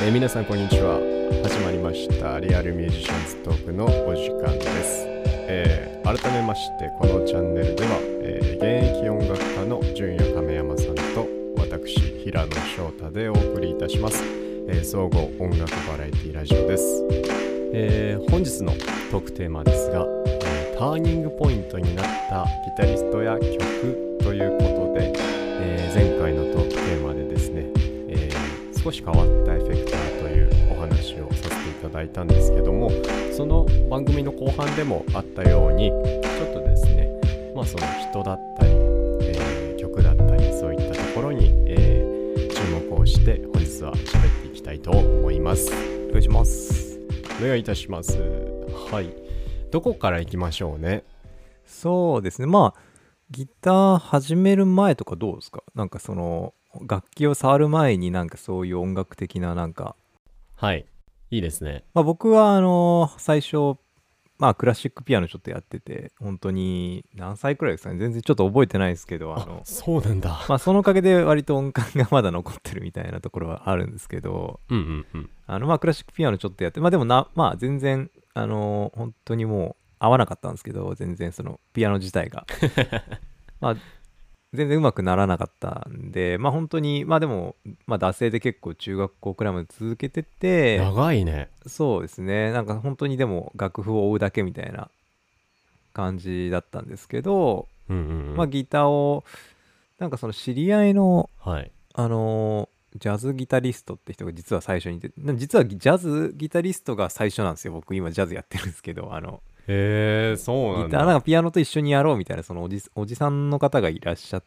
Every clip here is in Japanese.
皆さんこんにちは。始まりましたリアルミュージシャンズトークのお時間です。改めましてこのチャンネルでは、現役音楽家の純也亀山さんと私平野翔太でお送りいたします、総合音楽バラエティラジオです。本日のトークテーマですが、ターニングポイントになったギタリストや曲ということで、前回のトークテーマでですね、少し変わったエフェクターというお話をさせていただいたんですけども、その番組の後半でもあったようにちょっとですね、その人だったり、曲だったりそういったところに、注目をして本日は喋っていきたいと思います。 お願いします。 お願いいたします。はい、どこから行きましょうね。 そうですね、ギター始める前とかどうですか？なんかその楽器を触る前になんかそういう音楽的ななんか。 はい、いいですね。 僕は最初クラシックピアノちょっとやってて、本当に何歳くらいですかね、全然ちょっと覚えてないですけど、 そうなんだ。 そのおかげで割と音感がまだ残ってるみたいなところはあるんですけど、クラシックピアノちょっとやって、でも全然本当にもう合わなかったんですけど、全然そのピアノ自体が全然うまくならなかったんで、本当にでも惰性で結構中学校くらいまで続けてて。 長いね。 そうですね、なんか本当にでも楽譜を追うだけみたいな感じだったんですけど、ギターをなんかその知り合いの、 はい、 ジャズギタリストって人が実は最初にいて、実はジャズギタリストが最初なんですよ。僕今ジャズやってるんですけど、 へえ、そうなんだ。 ギターなんかピアノと一緒にやろうみたいな、そのおじさんの方がいらっしゃって、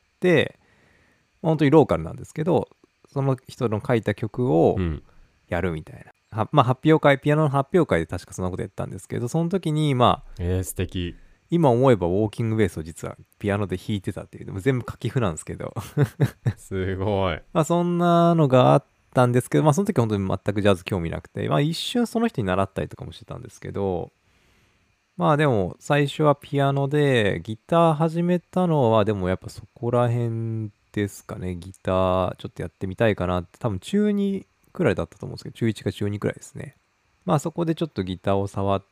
本当にローカルなんですけど、その人の書いた曲をやるみたいな、発表会、ピアノの発表会で確かそんなことやったんですけど、その時に素敵。 今思えばウォーキングベースを実はピアノで弾いてたっていう、でも全部書き譜なんですけどすごい。 そんなのがあったんですけど、その時本当に全くジャズ興味なくて、一瞬その人に習ったりとかもしてたんですけど、でも最初はピアノで、ギター始めたのはでもやっぱそこら辺ですかね。ギターちょっとやってみたいかなって、多分中2くらいだったと思うんですけど、中1か中2くらいですね。そこでちょっとギターを触って、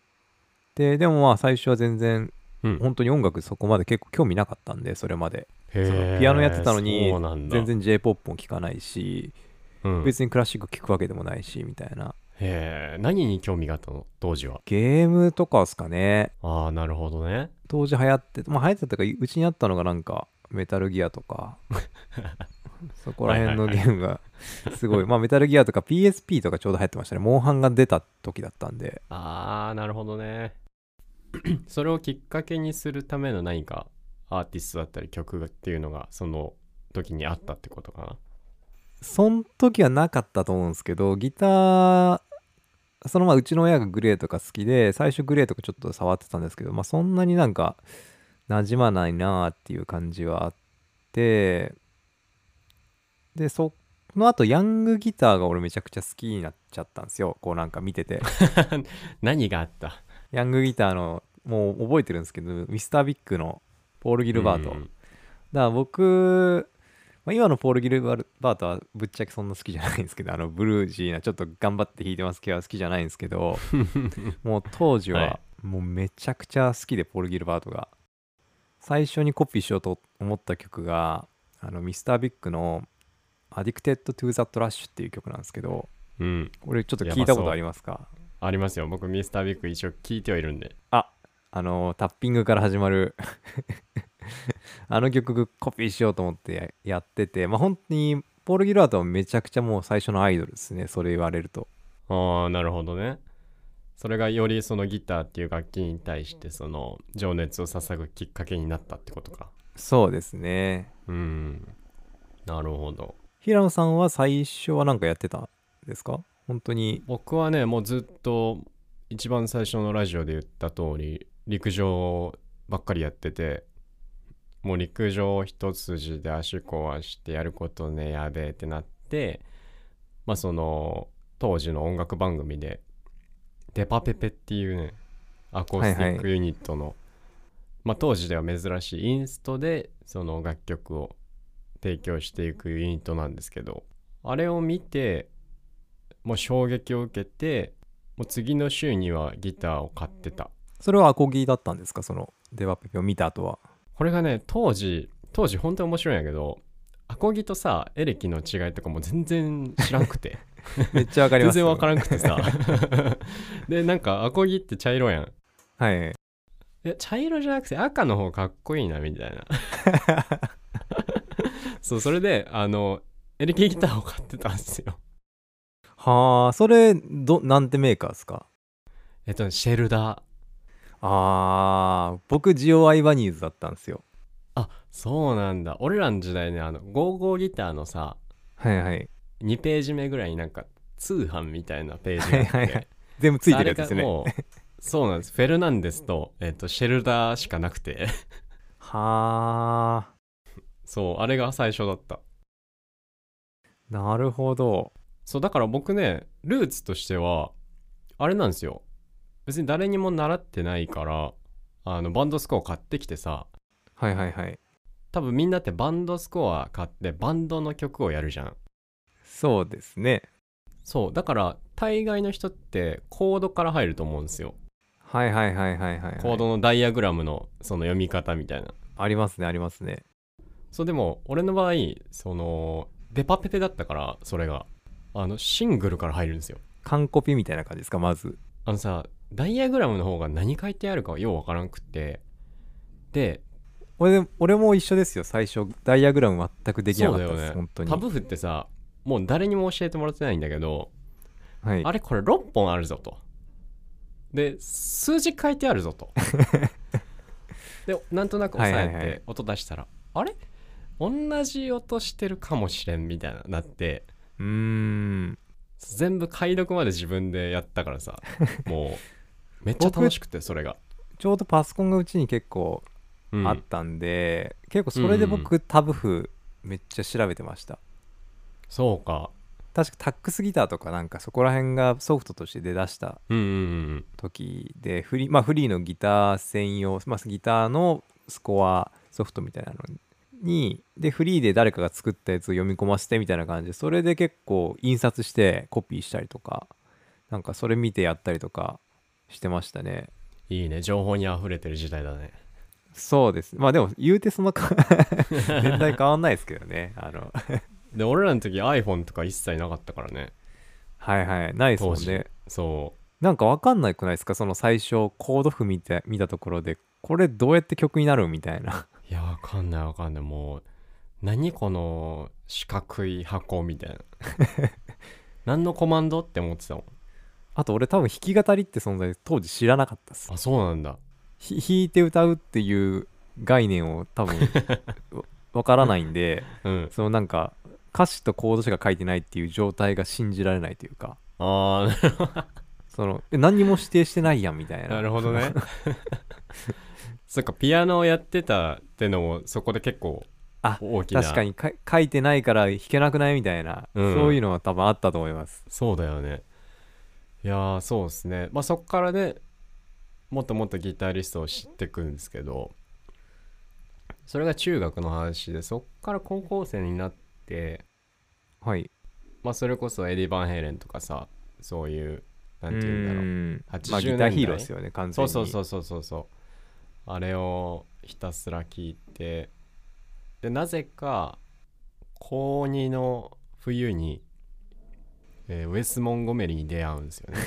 でも最初は全然本当に音楽そこまで結構興味なかったんで、それまでそのピアノやってたのに全然 J-POP も聴かないし、別にクラシック聴くわけでもないしみたいな。 何に興味があったの当時は？ ゲームとかですかね。 なるほどね。 当時流行って流行ってたか、うちにあったのがなんかメタルギアとかそこら辺のゲームがすごいメタルギアとか PSP とかちょうど流行ってましたね。モンハンが出た時だったんで。 なるほどねそれをきっかけにするための何かアーティストだったり曲っていうのがその時にあったってことかな？ その時はなかったと思うんですけど、ギターうちの親がグレーとか好きで、最初グレーとかちょっと触ってたんですけど、そんなになんか馴染まないなーっていう感じはあって、でその後ヤングギターが俺めちゃくちゃ好きになっちゃったんですよ。こうなんか見てて何があった？ ヤングギターの、もう覚えてるんですけど、ミスタービッグのポール・ギルバート、だから僕、今のポール・ギルバートはぶっちゃけそんな好きじゃないんですけど、ブルージーなちょっと頑張って弾いてます系は好きじゃないんですけどもう当時はもうめちゃくちゃ好きで、ポール・ギルバートが最初にコピーしようと思った曲がミスタービッグのAddicted to the Trash っていう曲なんですけど、これちょっと聞いたことありますか？ ありますよ。僕ミスタービッグ一応聞いてはいるんで。 タッピングから始まるあの曲コピーしようと思ってやってて、本当にポール・ギルバートはめちゃくちゃもう最初のアイドルですね、それ言われると。 なるほどね。それがよりそのギターっていう楽器に対してその情熱を捧ぐきっかけになったってことか。 そうですね。 なるほど。 平野さんは最初は何かやってたんですか？本当に。 僕はね、もうずっと一番最初のラジオで言った通り陸上ばっかりやってて、もう陸上一筋で足壊してやることねやべえってなって、その当時の音楽番組でデパペペっていうねアコースティックユニットの、当時では珍しいインストでその楽曲を提供していくユニットなんですけど、あれを見てもう衝撃を受けて、もう次の週にはギターを買ってた。 それはアコギだったんですか、そのデバペペを見た後は。 これがね、当時本当に面白いんやけど、アコギとさエレキの違いとかも全然知らんくてめっちゃわかりますよ。 全然わからんくてさでなんかアコギって茶色やん。 はい。 茶色じゃなくて赤の方かっこいいなみたいなそう、それでエレキギターを買ってたんですよ。 はあ、それなんてメーカーですか？ シェルダー。 僕ジオアイバニーズだったんですよ。 あ、そうなんだ。俺らの時代ね、ゴーゴーギターのさ、 はいはい。 2ページ目ぐらいになんか通販みたいなページはいがあって、 はいはい。全部ついてるやつですね。 あれがもうそうなんです。フェルナンデスと、シェルダーしかなくてはあ、 そう、あれが最初だった。 なるほど。 そう、だから僕ね、ルーツとしては、あれなんですよ。別に誰にも習ってないから、バンドスコア買ってきてさ、 はいはいはい。 多分みんなってバンドスコア買ってバンドの曲をやるじゃん。 そうですね。 そう、だから大概の人ってコードから入ると思うんですよ。 はいはいはいはいはい、はい。 コードのダイアグラムのその読み方みたいな。 ありますねありますね。 そうでも俺の場合デパペペだったから、それがシングルから入るんですよ。 完コピみたいな感じですか、まず。 さ、ダイアグラムの方が何書いてあるかようわからんくって、で俺も一緒ですよ。最初ダイアグラム全くできなかったです、 そうだよね。 本当に。 タブ譜ってさ、もう誰にも教えてもらってないんだけど、 はい。 あれこれ6本あるぞと。で数字書いてあるぞと。でなんとなく押さえはいはいはいて音出したら、あれ同じ音してるかもしれんみたいななって、 うーん。 全部解読まで自分でやったからさ、もうめっちゃ楽しくて、それがちょうどパソコンがうちに結構あっうんたんで、結構それで僕、タブ譜めっちゃ調べてました。 そうか。 確かタックスギターとかなんかそこら辺がソフトとして出だしたうんうんうん時で、フリーのギター専用、ギターのスコアソフトみたいなのに、でフリーで誰かが作ったやつを読み込ませてみたいな感じで、それで結構印刷してコピーしたりとか、なんかそれ見てやったりとかしてましたね。 いいね、情報にあふれてる時代だね。 そうです。まあでも言うてその年代変わんないですけどね。 で俺らの時 iPhone とか一切なかったからね、 はいはい、ないですも当時。 んね。 そなんかわかんないくないですか、その最初コード譜見たところで、これどうやって曲になるみたいな。 う、いやわかんないわかんない。もう何この四角い箱みたいな何のコマンドって思ってたもん。 あと俺多分弾き語りって存在当時知らなかったっす。 あ、そうなんだ。 弾いて歌うっていう概念を多分わからないんで、 うん。 そのなんか歌詞とコードしか書いてないっていう状態が信じられないというか、 あその何にも指定してないやんみたいーな。 なるほどねそっか、ピアノをやってたってのもそこで結構あ、 大きな。 確かに書いてないから弾けなくないみたいな、 うんそういうのは多分あったと思います。 そうだよね。いやー、そうですね。まあそっからね、もっともっとギタリストを知っていくんですけど、それが中学の話で、そっから高校生になって、 はい。 まあそれこそエディ・バンヘイレンとかさ、そういう、なんて言うんだろう、 まあギ 80 ター年代。 ヒーローですよね、完全に。 そうそうそうそうそうそう。あれをひたすら聞いて、でなぜか高2の冬に、ウェス・モンゴメリに出会うんですよね。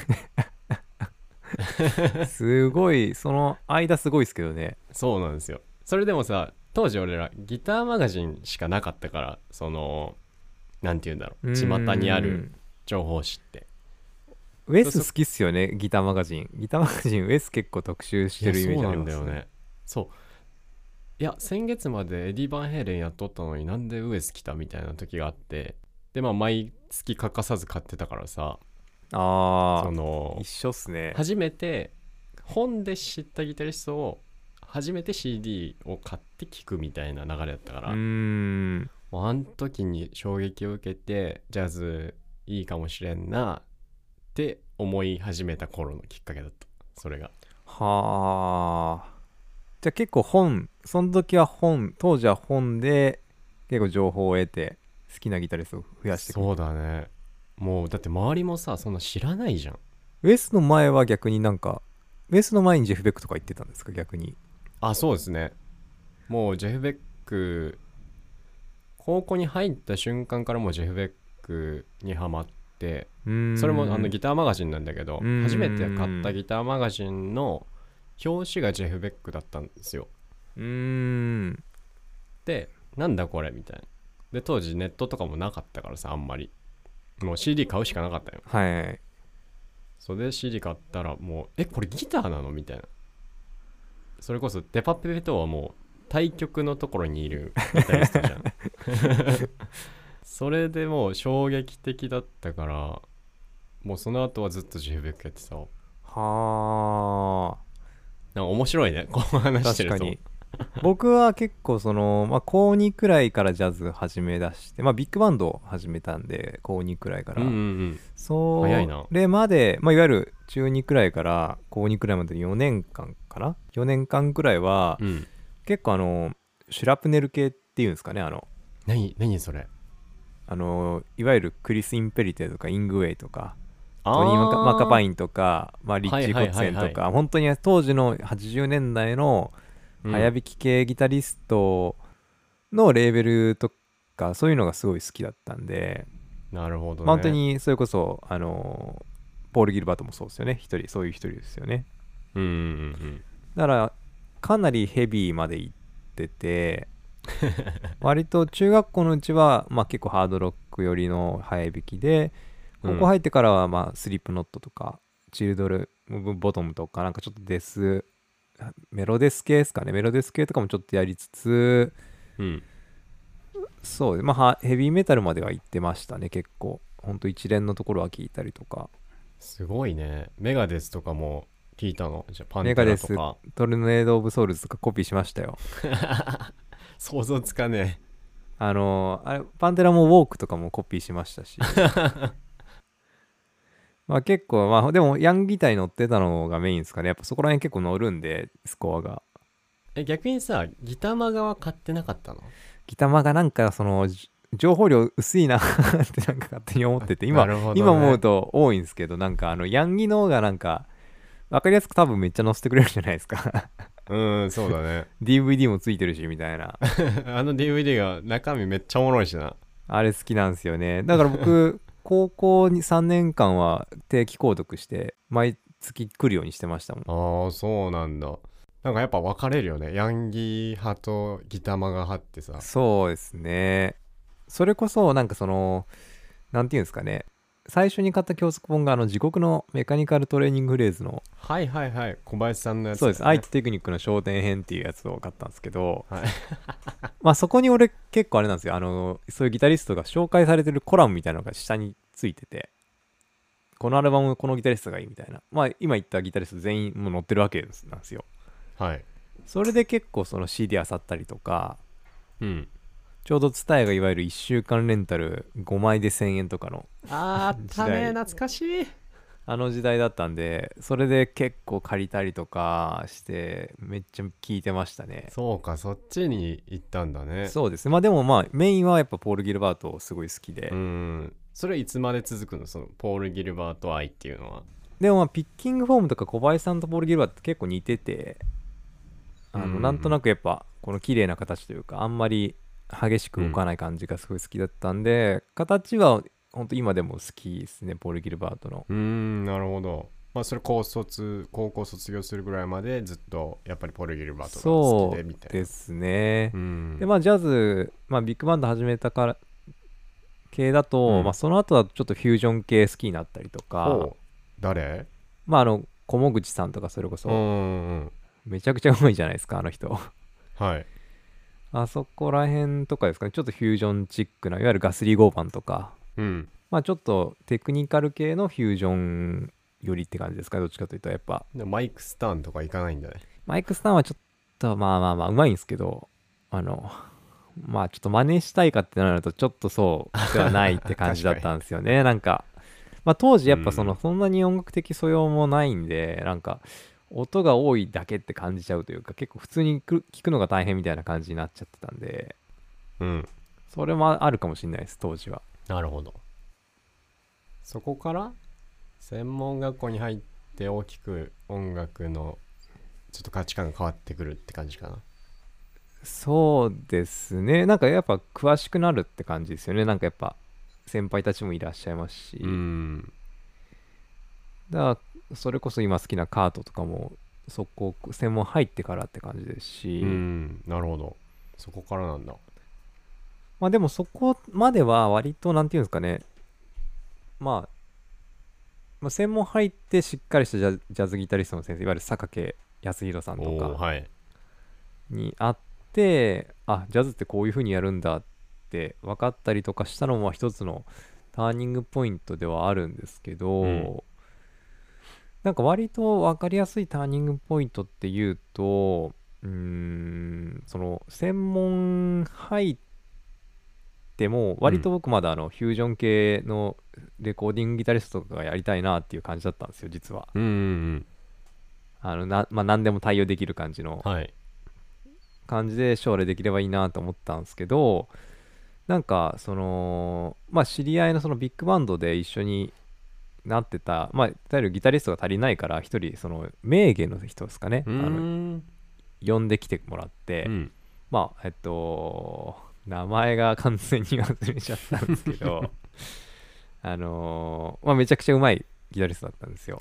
すごい、その間すごいですけどね。 そうなんですよ。それでもさ、当時俺らギターマガジンしかなかったから、なんて言うんだろう、巷にある情報誌って。 ウェス好きっすよね、ギターマガジン。ギターマガジン、ウェス結構特集してるイメージあります。 そうなんだよね。そう。いや、先月までエディ・バンヘイレンやっとったのになんでウエス来たみたいな時があって、で、まあ毎月欠かさず買ってたからさ、 ああ、一緒っすね。 初めて本で知ったギタリストを初めて CD を買って聴くみたいな流れだったから、もうあの時に衝撃を受けて、ジャズいいかもしれんなって思い始めた頃のきっかけだった、それが。 はあ。じゃあ結構その時は当時は本で結構情報を得て好きなギタリストを増やしていく。 そうだね。 もうだって周りもさそんな知らないじゃん。 ウエスの前は逆になんか、ウエスの前にジェフ・ベックとか言ってたんですか、逆に。 あ、そうですね。もうジェフ・ベック、高校に入った瞬間からもうジェフ・ベックにハマって、 うーそれもん。 ギターマガジンなんだけど、 うーん。 初めて買ったギターマガジンの表紙がジェフ・ベックだったんですよ。 うーん。 で、なんだこれみたいな。で、当時ネットとかもなかったからさ、あんまり。もう CD 買うしかなかったよ。 はい。 それで CD 買ったらもう、これギターなのみたいな。それこそデパペペとはもう対極のところにいるギタリストじゃん。それでもう衝撃的だったから、もうその後はずっとジェフベックやってたわ。 はあ。 なんか面白いね、こう話してると。 確かに。僕は結構その、まあ、高2くらいからジャズ始め出して、まあ、ビッグバンドを始めたんで、高2くらいかうんうんら。 うん。 そ早いな。 れまで、まあ、いわゆる中2くらいから高2くらいまで4年間かな ?4 年間くらいは、 うん。 結構シュラプネル系っていうんですかね、 何それ。 いわゆるクリス・インペリテとかイングウェイとか、トニー・マカパあインとか、まあ、リッチー・コはいはいッツェンとか、 はいはい。 本当に当時の80年代のうん。 早弾き系ギタリストのレーベルとか、そういうのがすごい好きだったんで、 なるほどまあ、本当ね。 にそれこそ、ポール・ギルバートもそうですよね。そういう一人ですよね。 うんうんうんだから、かなりヘビーまで行ってて、割と中学校のうちは、まあ、結構ハードロック寄りの早弾きで、 うん。うん。 高校入ってからは、まあ、スリップノットとか、チルドルボトムとか、なんかちょっとメロデス系ですかね。メロデス系とかもちょっとやりつつ、 うん。 そう、まあ、ヘビーメタルまでは行ってましたね、結構。ほんと一連のところは聞いたりとか。 すごいね。メガデスとかも聞いたの？じゃあパンテメガデス、 ラとか。 トルネード・オブ・ソウルズとかコピーしましたよ。 想像つかねあれ、パンテラもウォークとかもコピーしましたし。まあ結構、まあでもヤングギターに乗ってたのがメインですかね。やっぱそこら辺結構乗るんで、スコアが。 逆にさ、ギターマガは買ってなかったの？ ギタマがなんか情報量薄いなってなんか勝手に思ってて、 なるほど今思うね。 と多いんですけど、なんかヤンギの方がなんか、わかりやすく多分めっちゃ載せてくれるじゃないですか。 うん、そうだね。 DVD もついてるし、みたいな。 あの DVD が中身めっちゃおもろいしな。 あれ好きなんですよね。だから僕、高校に3年間は定期購読して、毎月来るようにしてましたもん。 ああ、そうなんだ。なんかやっぱ分かれるよね。ヤンギー派とギタマガ派ってさ。 そうですね。それこそ、なんかなんていうんですかね。最初に買った教則本が地獄のメカニカルトレーニングフレーズの、 はいはいはい。小林さんのやつそうです。 だよね。 愛とテクニックの焦点編っていうやつを買ったんですけど、 はい。 まあそこに俺結構あれなんですよ。そういうギタリストが紹介されてるコラムみたいなのが下についてて、このアルバムこのギタリストがいいみたいな。まあ今言ったギタリスト全員もう載ってるわけなんですよ。 はい。 それで結構その CD 漁ったりとか、 うん。 ちょうど TSUTAYA がいわゆる1週間レンタル5枚で1000円とかのあーあったね。 時代、 懐かしい。 あの時代だったんで、それで結構借りたりとかして、めっちゃ聞いてましたね。 そうか、そっちに行ったんだね。 そうですね。まあでもまあメインはやっぱポール・ギルバートすごい好きで。 うん。それいつまで続くの？そのポール・ギルバート愛っていうのは。 でもまあピッキングフォームとか小林さんとポール・ギルバートって結構似てて、 うんうんうん。 なんとなくやっぱこの綺麗な形というか、あんまり激しく動かない感じがすごい好きだったんで、形は本当今でも好きですね、ポール・ギルバートの。 なるほど。まあそれ高校卒業するぐらいまでずっとやっぱりポール・ギルバートが好きそでみたいな。 うですね。 うで、 ん。 まあジャズ、まあビッグバンド始めたから系だと、まあうん。 その後はちょっとフュージョン系好きになったりとか、 ほう。誰？ まあ小茂口さんとかそれこうんうそ、 んうん。 めちゃくちゃうまいじゃないですか、あの人。 はい。 あそこら辺とかですかね、ちょっとフュージョンチックな、いわゆるガスリー・ゴーパンとか、 うん。 まあちょっとテクニカル系のフュージョンよりって感じですか、どっちかというと、やっぱ、 でもマイク・スターンとか行かないんだね。 マイク・スタンはちょっと、まあまあまあ、うまいんですけど、まあちょっと真似したいかってなると、ちょっとそうではないって感じだったんですよね。なんか、まあ当時やっぱうん。 そんなに音楽的素養もないんで、なんか、音が多いだけって感じちゃうというか、結構普通に聞くのが大変みたいな感じになっちゃってたんで、 うん。 それもあるかもしれないです、当時は。 なるほど。 そこから専門学校に入って大きく音楽のちょっと価値観が変わってくるって感じかな。 そうですね。なんかやっぱ詳しくなるって感じですよね。なんかやっぱ先輩たちもいらっしゃいますし、だからそれこそ今好きなカートとかもそこ専門入ってからって感じですし、 なるほど。そこからなんだ。 まあでもそこまでは割となんていうんですかね、まあ、専門入ってしっかりしたジャズギタリストの先生、いわゆる坂家康弘さんとかはい。 に会って、あ、ジャズってこういう風にやるんだって分かったりとかしたのも一つのターニングポイントではあるんですけど、なんか割と分かりやすいターニングポイントっていうと、その専門入っても割と僕まだフュージョン系のレコーディングギタリストとかがやりたいなっていう感じだったんですよ、実は。まあ、何でも対応できる感じの感じで将来できればいいなと思ったんですけど、なんかそのまあ知り合いのそのビッグバンドで一緒になってた、まあいわゆるギタリストが足りないから一人その名義の人ですかね、呼んできてもらって、まあ名前が完全に忘れちゃったんですけどまあめちゃくちゃうまいギタリストだったんですよ。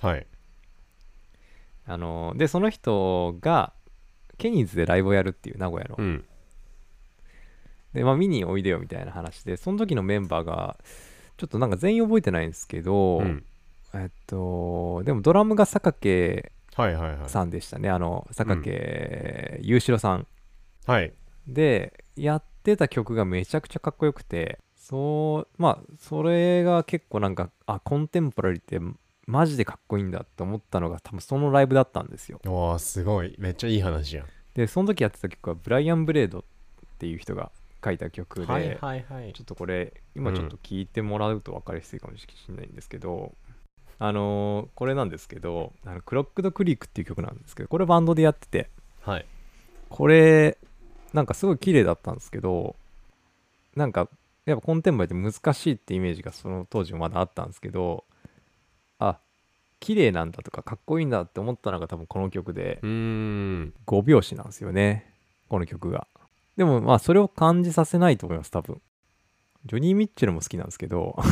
でその人がケニーズでライブをやるっていう名古屋の、でまあ見においでよみたいな話で、その時のメンバーがちょっとなんか全員覚えてないんですけど、でもドラムが坂家さんでしたね。坂家裕志郎さん、でやってた曲がめちゃくちゃかっこよくて、まあそれが結構なんか、あ、コンテンポラリーってマジでかっこいいんだって思ったのが多分そのライブだったんですよ。 わあ、すごい、めっちゃいい話じゃん。 でその時やってた曲はブライアン・ブレードっていう人が書いた曲で、ちょっとこれ今ちょっと聞いてもらうと分かりやすいかもしれないんですけど、これなんですけど、クロックドクリークっていう曲なんですけど、これバンドでやってて、これなんかすごい綺麗だったんですけど、なんかやっぱコンテンポラリーって難しいってイメージがその当時もまだあったんですけど、あ、綺麗なんだとかかっこいいんだって思ったのが多分この曲で、5拍子なんですよね、この曲が。でもまあそれを感じさせないと思います、多分。ジョニー・ミッチェルも好きなんですけどジ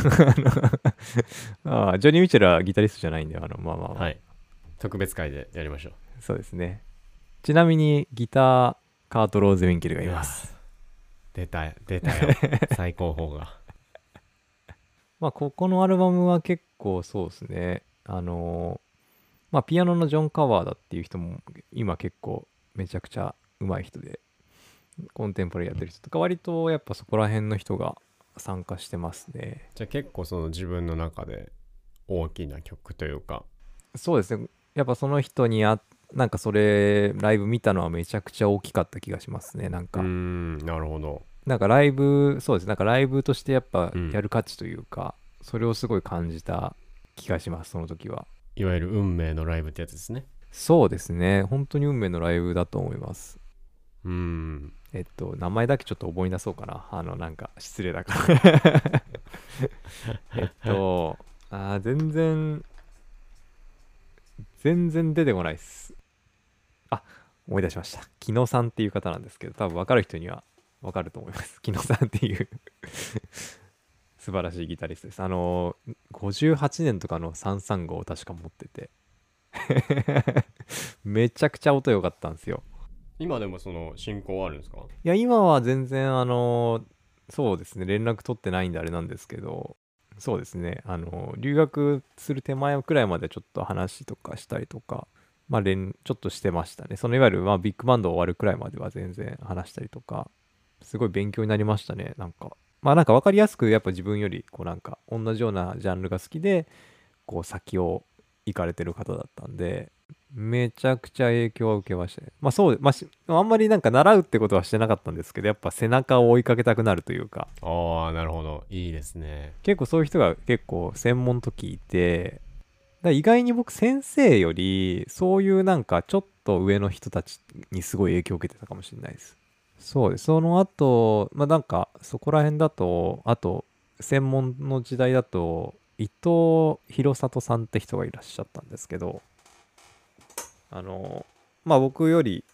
ョニー・ミッチェルはギタリストじゃないんで、まあまあまあ、 特別会でやりましょう。 そうですね。ちなみにギターカート・ローゼウィンケルがいます。 出たよ最高峰がまあここのアルバムは結構そうですね、まあピアノのジョン・カワーダっていう人も今結構めちゃくちゃ上手い人で、コンテンポラリーやってる人とか割とやっぱそこら辺の人が参加してますね。 じゃあ結構その自分の中で大きな曲というか。 そうですね、やっぱその人になんかそれライブ見たのはめちゃくちゃ大きかった気がしますね。なんかなるほど。 なんかライブ、そうです、なんかライブとしてやっぱやる価値というか、それをすごい感じた気がします、その時は。 いわゆる運命のライブってやつですね。 そうですね、本当に運命のライブだと思います。名前だけちょっと思い出そうかな。なんか失礼だから全然出てこないっす。あ、思い出しました。木野さんっていう方なんですけど、多分分かる人には分かると思います。木野さんっていう素晴らしいギタリストです。58年とかの335を確か持っててめちゃくちゃ音良かったんですよ。 今でもその進行あるんですか？ いや、今は全然そうですね、連絡取ってないんであれなんですけど、そうですね、留学する手前くらいまでちょっと話とかしたりとか、まあちょっとしてましたね。そのいわゆるまあビッグバンド終わるくらいまでは全然話したりとか、すごい勉強になりましたね。なんかまあなんか分かりやすくやっぱ自分よりこうなんか同じようなジャンルが好きでこう先を行かれてる方だったんで、めちゃくちゃ影響を受けましたね。まあそう、あんまりなんか習うってことはしてなかったんですけど、やっぱ背中を追いかけたくなるというか。 ああ、なるほど、いいですね。 結構そういう人が結構専門の時いて、意外に僕先生よりそういうなんかちょっと上の人たちにすごい影響を受けてたかもしれないです。そうです。その後、まあなんかそこら辺だと、あと専門の時代だと、 伊藤博里さんって人がいらっしゃったんですけど、まあ僕より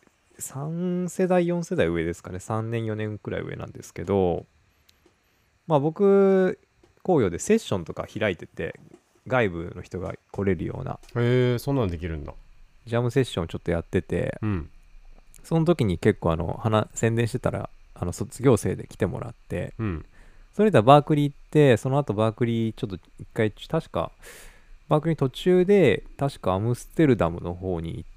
3世代4世代上ですかね、3年4年くらい上なんですけど、まあ僕紅葉でセッションとか開いてて、外部の人が来れるようなへえ、そんなんできるんだ。 ジャムセッションをちょっとやってて、 うん。 その時に結構宣伝してたら卒業生で来てもらって、 うん。 それではバークリー行って、その後バークリーちょっと一回確かバークリー途中で確かアムステルダムの方に行って、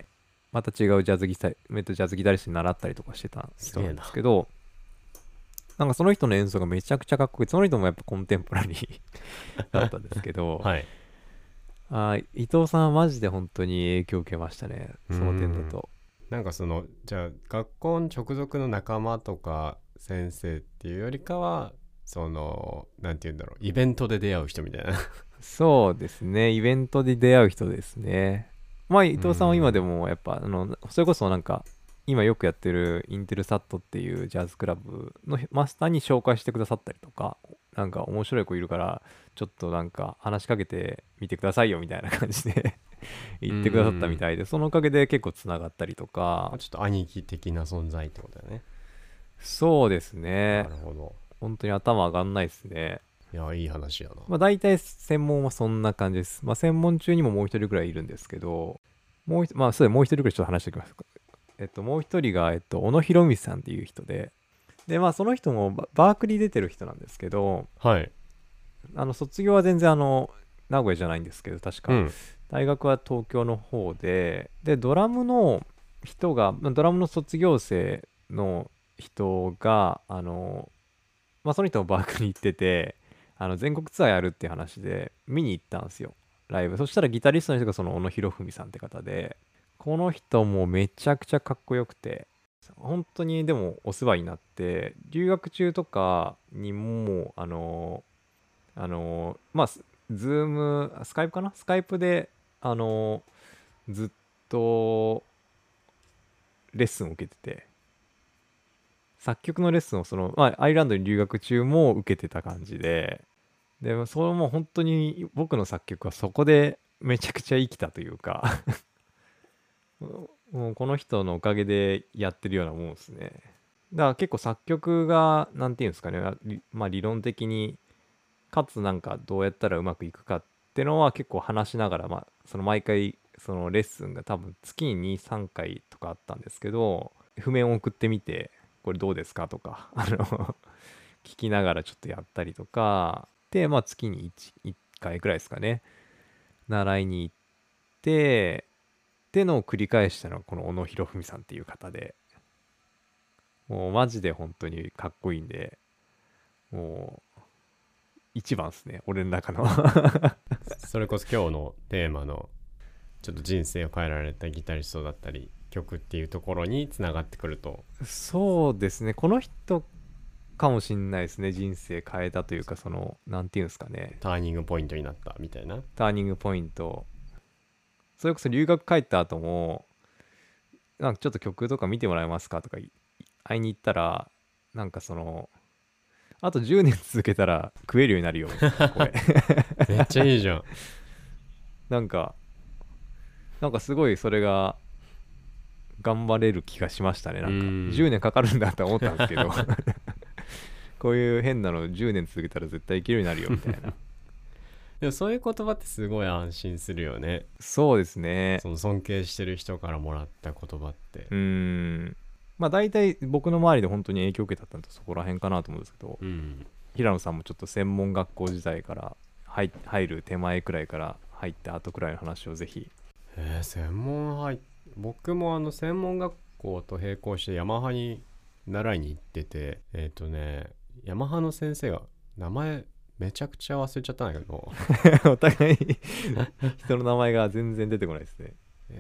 また違うジャズギタリストに習ったりとかしてた人なんですけど、なんかその人の演奏がめちゃくちゃかっこいい。その人もやっぱコンテンポラリーだったんですけど、 はい。 伊藤さんはマジで本当に影響を受けましたね。その点だと。 なんかじゃあ学校の直属の仲間とか先生っていうよりかは、なんて言うんだろう、イベントで出会う人みたいな。 そうですね。イベントで出会う人ですね。まあ、伊う藤さんは今でん。 もやっぱ、それこそなんか、今よくやってるインテルサットっていうジャズクラブのマスターに紹介してくださったりとか、なんか面白い子いるから、ちょっとなんか話しかけてみてくださいよみたいな感じでう言ってくださったみん。 たいで、そのおかげで結構つながったりとか、 ちょっと兄貴的な存在ってことだよね。 そうですね。 なるほど。 本当に頭上がんないですね。 いや、いい話やな。 まあ大体専門はそんな感じです。まあ専門中にももう一人ぐらいいるんですけど、まあそうだ、もう一人ぐらいちょっと話しておきます。もう一人が、小野博美さんっていう人で、まあその人もバークリー出てる人なんですけど、 はい。 卒業は全然名古屋じゃないんですけど、確か、 うん。 大学は東京の方で、ドラムのドラムの卒業生の人が、まあその人もバークリー行ってて、全国ツアーやるっていう話で見に行ったんですよ、ライブ。そしたらギタリストの人がその小野博文さんって方で、この人もめちゃくちゃかっこよくて、本当にでもお世話になって、留学中とかにもまあズームスカイプかな、スカイプであのずっとレッスンを受けてて、作曲のレッスンをまあ、アイルランドに留学中も受けてた感じで、それも本当に僕の作曲はそこでめちゃくちゃ生きたというかもうこの人のおかげでやってるようなもんですね。だから結構作曲が、なんていうんですかね、まあ理論的に、かつなんかどうやったらうまくいくかってのは結構話しながら、まあ、毎回、そのレッスンが多分月に2、3回とかあったんですけど、譜面を送ってみて、これどうですかとか、聞きながらちょっとやったりとか、で、まあ月に1回くらいですかね、習いに行って、ってのを繰り返したのがこの小野博文さんっていう方で、もうマジで本当にかっこいいんで、もう一番ですね、俺の中のそれこそ今日のテーマのちょっと人生を変えられたギタリストだったり曲っていうところにつながってくると。 そうですね、この人かもしんないですね、人生変えたというか、なんていうんですかね、 ターニングポイントになったみたいな。 ターニングポイント。それこそ留学帰った後も、なんかちょっと曲とか見てもらえますかとか会いに行ったら、なんかあと10年続けたら食えるようになるよみたいな声めっちゃいいじゃん。 なんか、なんかすごいそれが頑張れる気がしましたね。 うーなんか10 ん。 年かかるんだと思ったんですけどこういう変なの10年続けたら絶対いけるようになるよみたいな。 でもそういう言葉ってすごい安心するよね。 そうですね。 その尊敬してる人からもらった言葉って。 うーん。まあ大体僕の周りで本当に影響を受けたってのはそこら辺かなと思うんですけど、 うん。 平野さんもちょっと専門学校時代から入る手前くらいから入った後くらいの話をぜひ。 専門入っ僕も専門学校と並行してヤマハに習いに行ってて、ヤマハの先生が名前めちゃくちゃ忘れちゃったんだけどお互い人の名前が全然出てこないですね。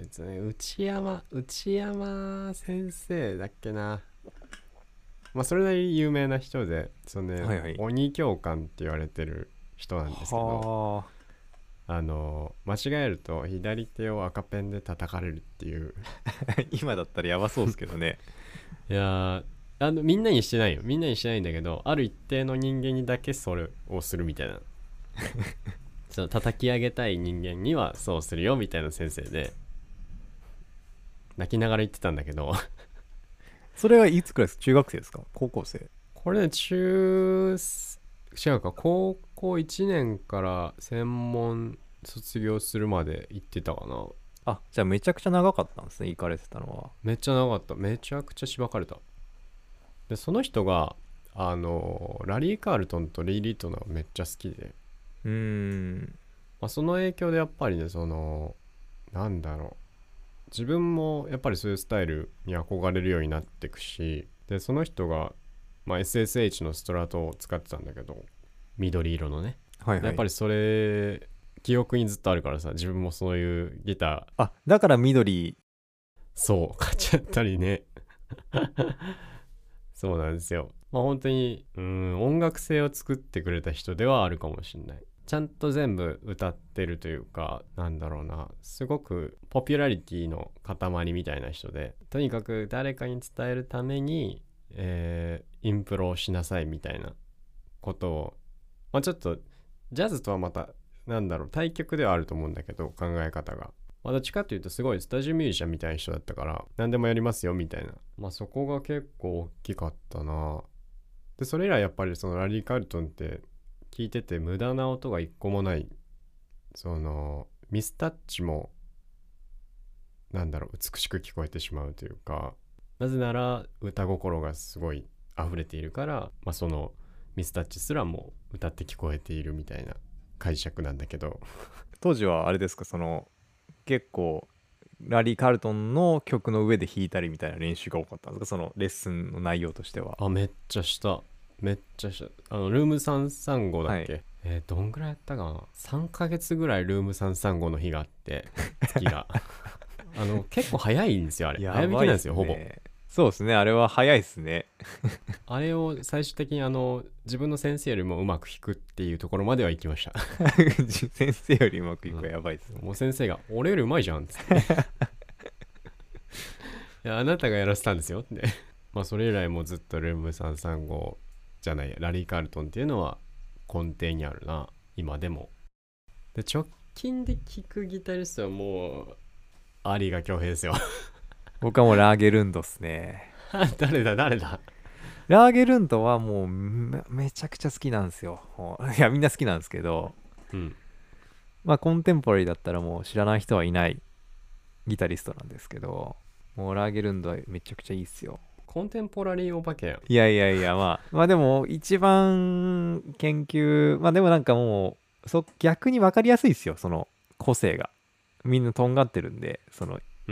内山先生だっけな。まあそれなりに有名な人で、 はいはい。 鬼教官って言われてる人なんですけど、 は間違えると左手を赤ペンで叩かれるっていう。 あ。今だったらやばそうですけどね。 いやみんなにしてないよ。みんなにしてないんだけど、ある一定の人間にだけそれをするみたいなその叩き上げたい人間にはそうするよみたいな先生で、泣きながら言ってたんだけどそれはいつくらいですか？中学生ですか？高校生？ これね、違うか、高校1年から専門卒業するまで行ってたかな。 あ、じゃあめちゃくちゃ長かったんですね、行かれてたのは。 めっちゃ長かった。めちゃくちゃしばかれた。でその人がラリー・カールトンとリー・リートナーめっちゃ好きで、 うーん。 まあ、その影響でやっぱりね、なんだろう、自分もやっぱりそういうスタイルに憧れるようになっていくし、でその人が、まあ、SSH のストラトを使ってたんだけど、緑色のね、 はいはい。 やっぱりそれ記憶にずっとあるからさ、自分もそういうギター、 あ、だから緑。 そう買っちゃったりねそうなんですよ。まあ本当に音楽性を作ってくれた人ではあるかもしれない。ちゃんと全部歌ってるというか、なんだろうな、すごくポピュラリティの塊みたいな人で、とにかく誰かに伝えるために、インプロをしなさいみたいなことを、まあちょっとジャズとはまたなんだろう、対極ではあると思うんだけど、考え方が。まあ、どっちかっていうとすごいスタジオミュージシャンみたいな人だったから、何でもやりますよみたいな。まあそこが結構大きかったな。で、それ以来やっぱりそのラリー・カールトンって聞いてて無駄な音が一個もない。ミスタッチもなんだろう、美しく聞こえてしまうというか、なぜなら歌心がすごい溢れているから、まあそのミスタッチすらも歌って聞こえているみたいな解釈なんだけど、 当時はあれですか、結構ラリー・カールトンの曲の上で弾いたりみたいな練習が多かったんですか？そのレッスンの内容としては。 あ、めっちゃした。めっちゃした。ルーム335だっはい。 け？どんぐらいやったかな？ 3 ヶ月ぐらいルーム335の日があって、月が。結構早いんですよ、あれ。早弾やばいっすきなんですよ、ほぼ。 ね。そうですね。あれは早いっすね。 あれを最終的に自分の先生よりもうまく弾くっていうところまでは行きました。 先生よりうまくいくうん。 はやばいっすね。 もう先生が、俺よりうまいじゃんっつって。いや、あなたがやらせたんですよって。まあ、それ以来もうずっとルーム335じゃない、ラリー・カールトンっていうのは根底にあるな、今でも。で、直近で聴くギタリストはもう、有賀恭平ですよ。 僕はもうラーゲルンドっすね。 誰だ。 ラーゲルンドはもうめちゃくちゃ好きなんですよ。もういや、みんな好きなんですけど、 うん。 まあコンテンポラリーだったらもう知らない人はいないギタリストなんですけど、もうラーゲルンドはめちゃくちゃいいっすよ。 コンテンポラリーお化けやん。 いやいやいや、まあでも一番研究、まあでもなんかもう、逆に分かりやすいですよ、その個性が。みんなとんがってるんで、 うん。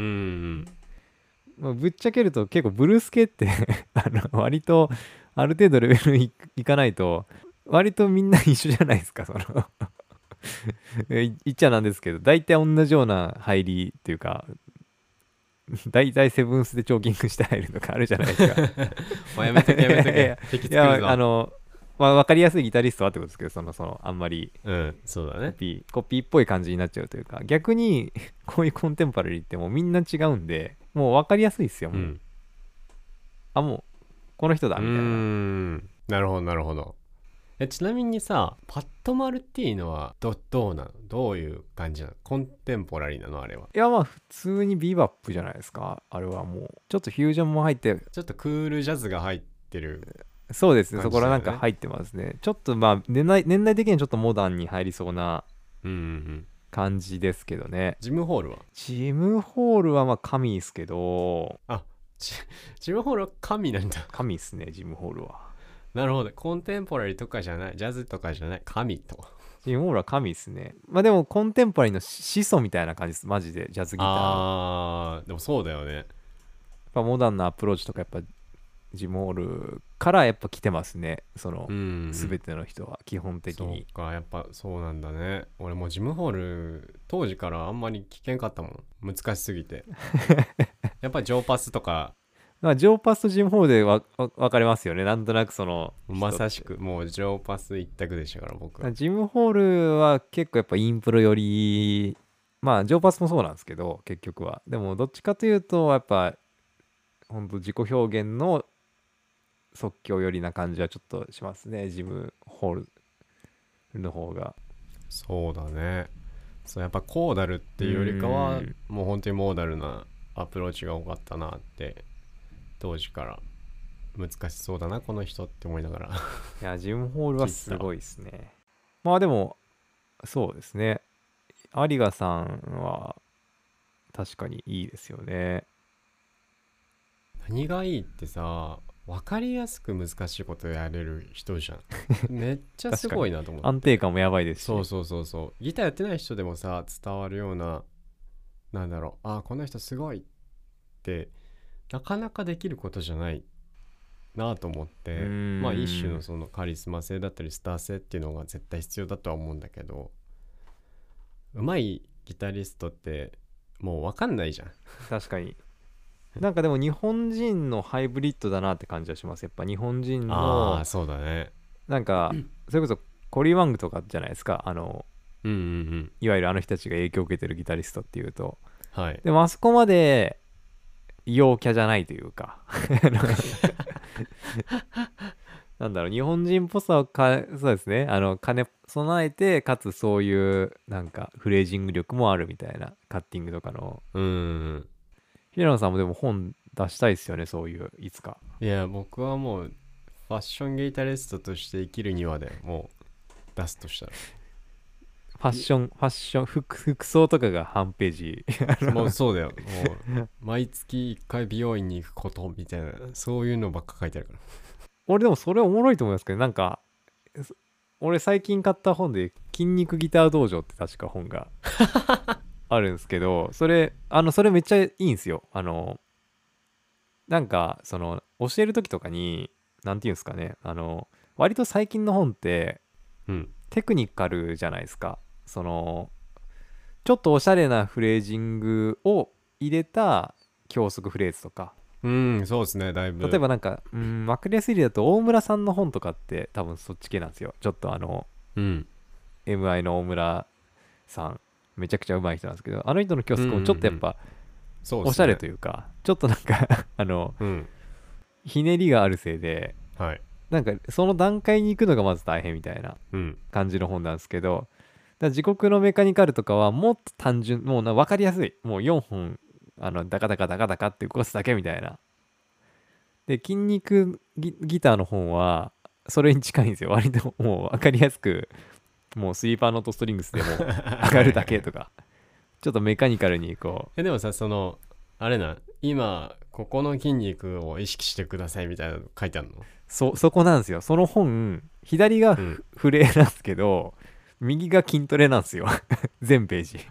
まあぶっちゃけると結構ブルース系って割とある程度レベルいかないと、割とみんな一緒じゃないですか、言っちゃなんですけど、大体同じような入りっていうか、大体セブンスでチョーキングして入るとかあるじゃないですか。 まあ、やめとけやめといやいやけ。敵いや、 作るぞ。 まあ、分かりやすいギタリストはってことですけど、あんまりうん、そうだね。 コピーっぽい感じになっちゃうというか、逆に、こういうコンテンポラリーってもうみんな違うんで、もう分かりやすいですよ、もう。 うん。 あ、もう、この人だ、みたいな。 なるほど、なるほど。ちなみにさ、パッド・マルティーノはどうなの？どういう感じなの？コンテンポラリーなのあれは。 いや、まあ、普通にビバップじゃないですか。あれはもう、ちょっとフュージョンも入って、 ちょっとクールジャズが入ってるそうですね、そこら感じだよね。 なんか入ってますね。ちょっとまあ、年代的にはちょっとモダンに入りそうなうんうんうん。 感じですけどね。 ジムホールは？ ジムホールはまあ神ですけど、 あ、ジムホールは神なんだ。 神っすね、ジムホールは。 なるほど。コンテンポラリーとかじゃない、ジャズとかじゃない、神と。 ジムホールは神っすね。まあでもコンテンポラリーの始祖みたいな感じです。マジで、ジャズギターの。やっでもそうだよね。 ぱモダンなアプローチとかやっぱジムホールからやっぱ来てますね。 うんうん。 全ての人は基本的に。 そうか、やっぱそうなんだね。俺もうジムホール、当時からあんまり聞けんかったもん。難しすぎて。やっぱりジョーパスとか、 まあジョーパスとジムホールで分かれますよね。なんとなくそのま人って。 さしく、もうジョーパス一択でしたから、僕は。 ジムホールは結構やっぱインプロより、まあジョーパスもそうなんですけど、結局は。でもどっちかというと、やっぱ本当自己表現の即興寄りな感じはちょっとしますね、ジムホールの方が。 そうだね。そうやっぱコーダルっていうよりかはもう本当にモーダルなアプローチが多かったなって当時から難しそうだなこの人って思いながらいや、ジムホールはすごいですね。まあでも、そうですね。有賀さんは確かにいいですよね。 何がいいってさ、分かりやすく難しいことやれる人じゃん。めっちゃすごいなと思って。 安定感もやばいですし。 そうそうそうそう。ギターやってない人でもさ伝わるような、なんだろう、あ、この人すごいってなかなかできることじゃないなと思って、まあ一種のそのカリスマ性だったりスター性っていうのが絶対必要だとは思うんだけど、上手いギタリストってもう分かんないじゃん。 確かに。なんかでも日本人のハイブリッドだなって感じはします。やっぱ日本人の、 そうだね。 なんかそれこそコリー・ワングとかじゃないですか。いわゆるあの人たちが影響を受けてるギタリストっていうと、 はい。 でもあそこまで陽キャじゃないというかなんだろう、日本人っぽさをそうですね、兼ね備えて、かつそういうなんかフレージング力もあるみたいな、カッティングとかの。平野さんもでも本出したいですよね、そういう、いつか。 いや僕はもうファッションギタリストとして生きるにはでもう出すとしたらファッション服装とかが半ページもうそうだよ。もう毎月1回美容院に行くことみたいな、そういうのばっか書いてあるから。 俺でもそれおもろいと思いますけど、なんか俺最近買った本で筋肉ギター道場って確か本があるんですけど、それめっちゃいいんですよ。なんかその教える時とかに、なんていうんですかね、割と最近の本ってテクニカルじゃないですか。そのちょっとおしゃれなフレージングを入れた教則フレーズとか、 そうですね、だいぶ。 例えばなんか分かりやすい例だと大村さんの本とかって多分そっち系なんですよ。ちょっとMI の大村さんめちゃくちゃ上手い人なんですけど、あの人の教則もちょっとやっぱおしゃれというか、ちょっとなんかひねりがあるせいで、 はい、 なんかその段階に行くのがまず大変みたいな感じの本なんですけど、だから自国のメカニカルとかはもっと単純、もう分かりやすい、もう4本ダカダカダカダカって動かすだけみたいな。で筋肉ギターの本はそれに近いんですよ。割ともう分かりやすく、もうスイーパーノートストリングスでも上がるだけとかちょっとメカニカルにこう。でもさ、そのあれな、今ここの筋肉を意識してくださいみたいなの書いてあるの？ そこなんですよ。その本左がフレーなんですけど、右が筋トレなんですよ全ページ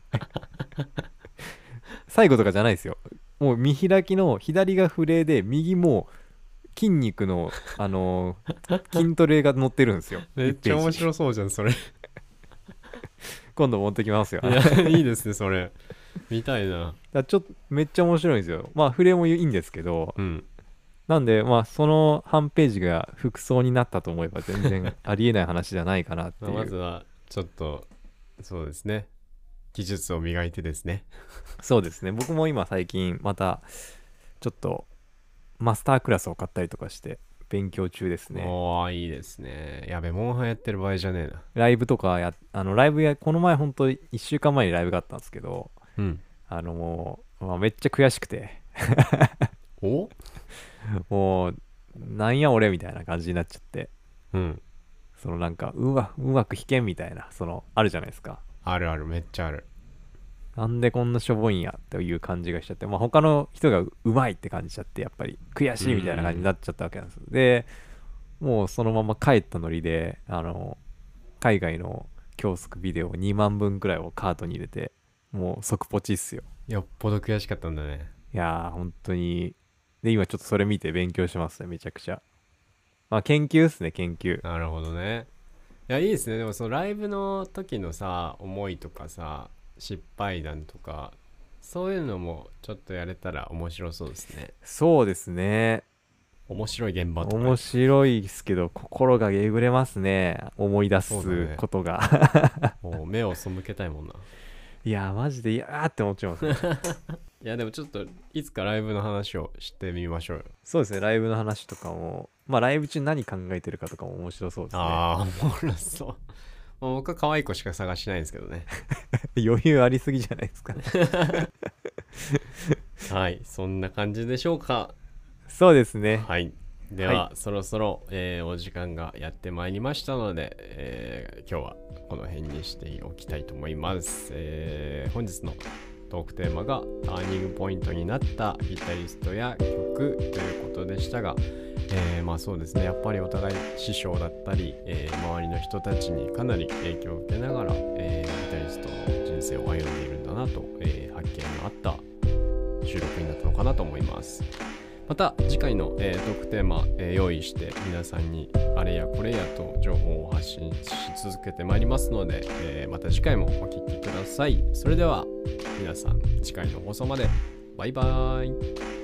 最後とかじゃないですよ。もう見開きの左がフレーで、右も筋肉の筋トレが載ってるんですよ。 めっちゃ面白そうじゃんそれ今度持ってきますよ。 いやいいですねそれ、見たいな。 ちょっとめっちゃ面白いんですよ。まあフレーもいいんですけど、なんでまあその半ページが服装になったと思えば全然ありえない話じゃないかなっていうまずはちょっとそうですね、技術を磨いてですね。 そうですね。僕も今最近またちょっとマスタークラスを買ったりとかして勉強中ですね。 おーいいですね。やべ、モンハンやってる場合じゃねえな。 ライブとかライブこの前本当1週間前にライブがあったんですけど、もう、めっちゃ悔しくてもうなんや俺みたいな感じになっちゃって、そのなんかうまく弾けんみたいな、そのあるじゃないですか。 あるある、めっちゃある。 なんでこんなしょぼいんやっていう感じがしちゃって、まあ他の人がうまいって感じちゃって、やっぱり悔しいみたいな感じになっちゃったわけなんです。でもうそのまま帰ったノリで海外の教則ビデオ2万分くらいをカートに入れて、もう即ポチっすよ。 よっぽど悔しかったんだね。 いやー本当に。で今ちょっとそれ見て勉強しますね、めちゃくちゃ。まあ研究っすね、研究。 なるほどね。いやいいですね。でもそのライブの時のさ、思いとかさ、失敗談とかそういうのもちょっとやれたら面白そうですね。 そうですね。 面白い現場とか、 面白いですけど心がえぐれますね、思い出すことが、 ね、もう目を背けたいもんな。 いやマジでいやーって思っちゃいますねいやでもちょっといつかライブの話をしてみましょうよ。 そうですね、ライブの話とかも、まあライブ中何考えてるかとかも面白そうですね。 ああ、おもろそう。 僕は可愛い子しか探してないんですけどね。 余裕ありすぎじゃないですかね。 はい、そんな感じでしょうか。 そうですね。 はい。では、そろそろ、お時間がやってまいりましたので、今日はこの辺にしておきたいと思います。本日のトークテーマがターニングポイントになったギタリストや曲ということでしたが、まあそうですね、やっぱりお互い師匠だったり、周りの人たちにかなり影響を受けながら、ギタリストの人生を歩んでいるんだなと、発見のあった収録になったのかなと思います。また次回の、トークテーマ、用意して皆さんにあれやこれやと情報を発信し続けてまいりますので、また次回もお聞きください。それでは皆さん次回の放送までバイバーイ。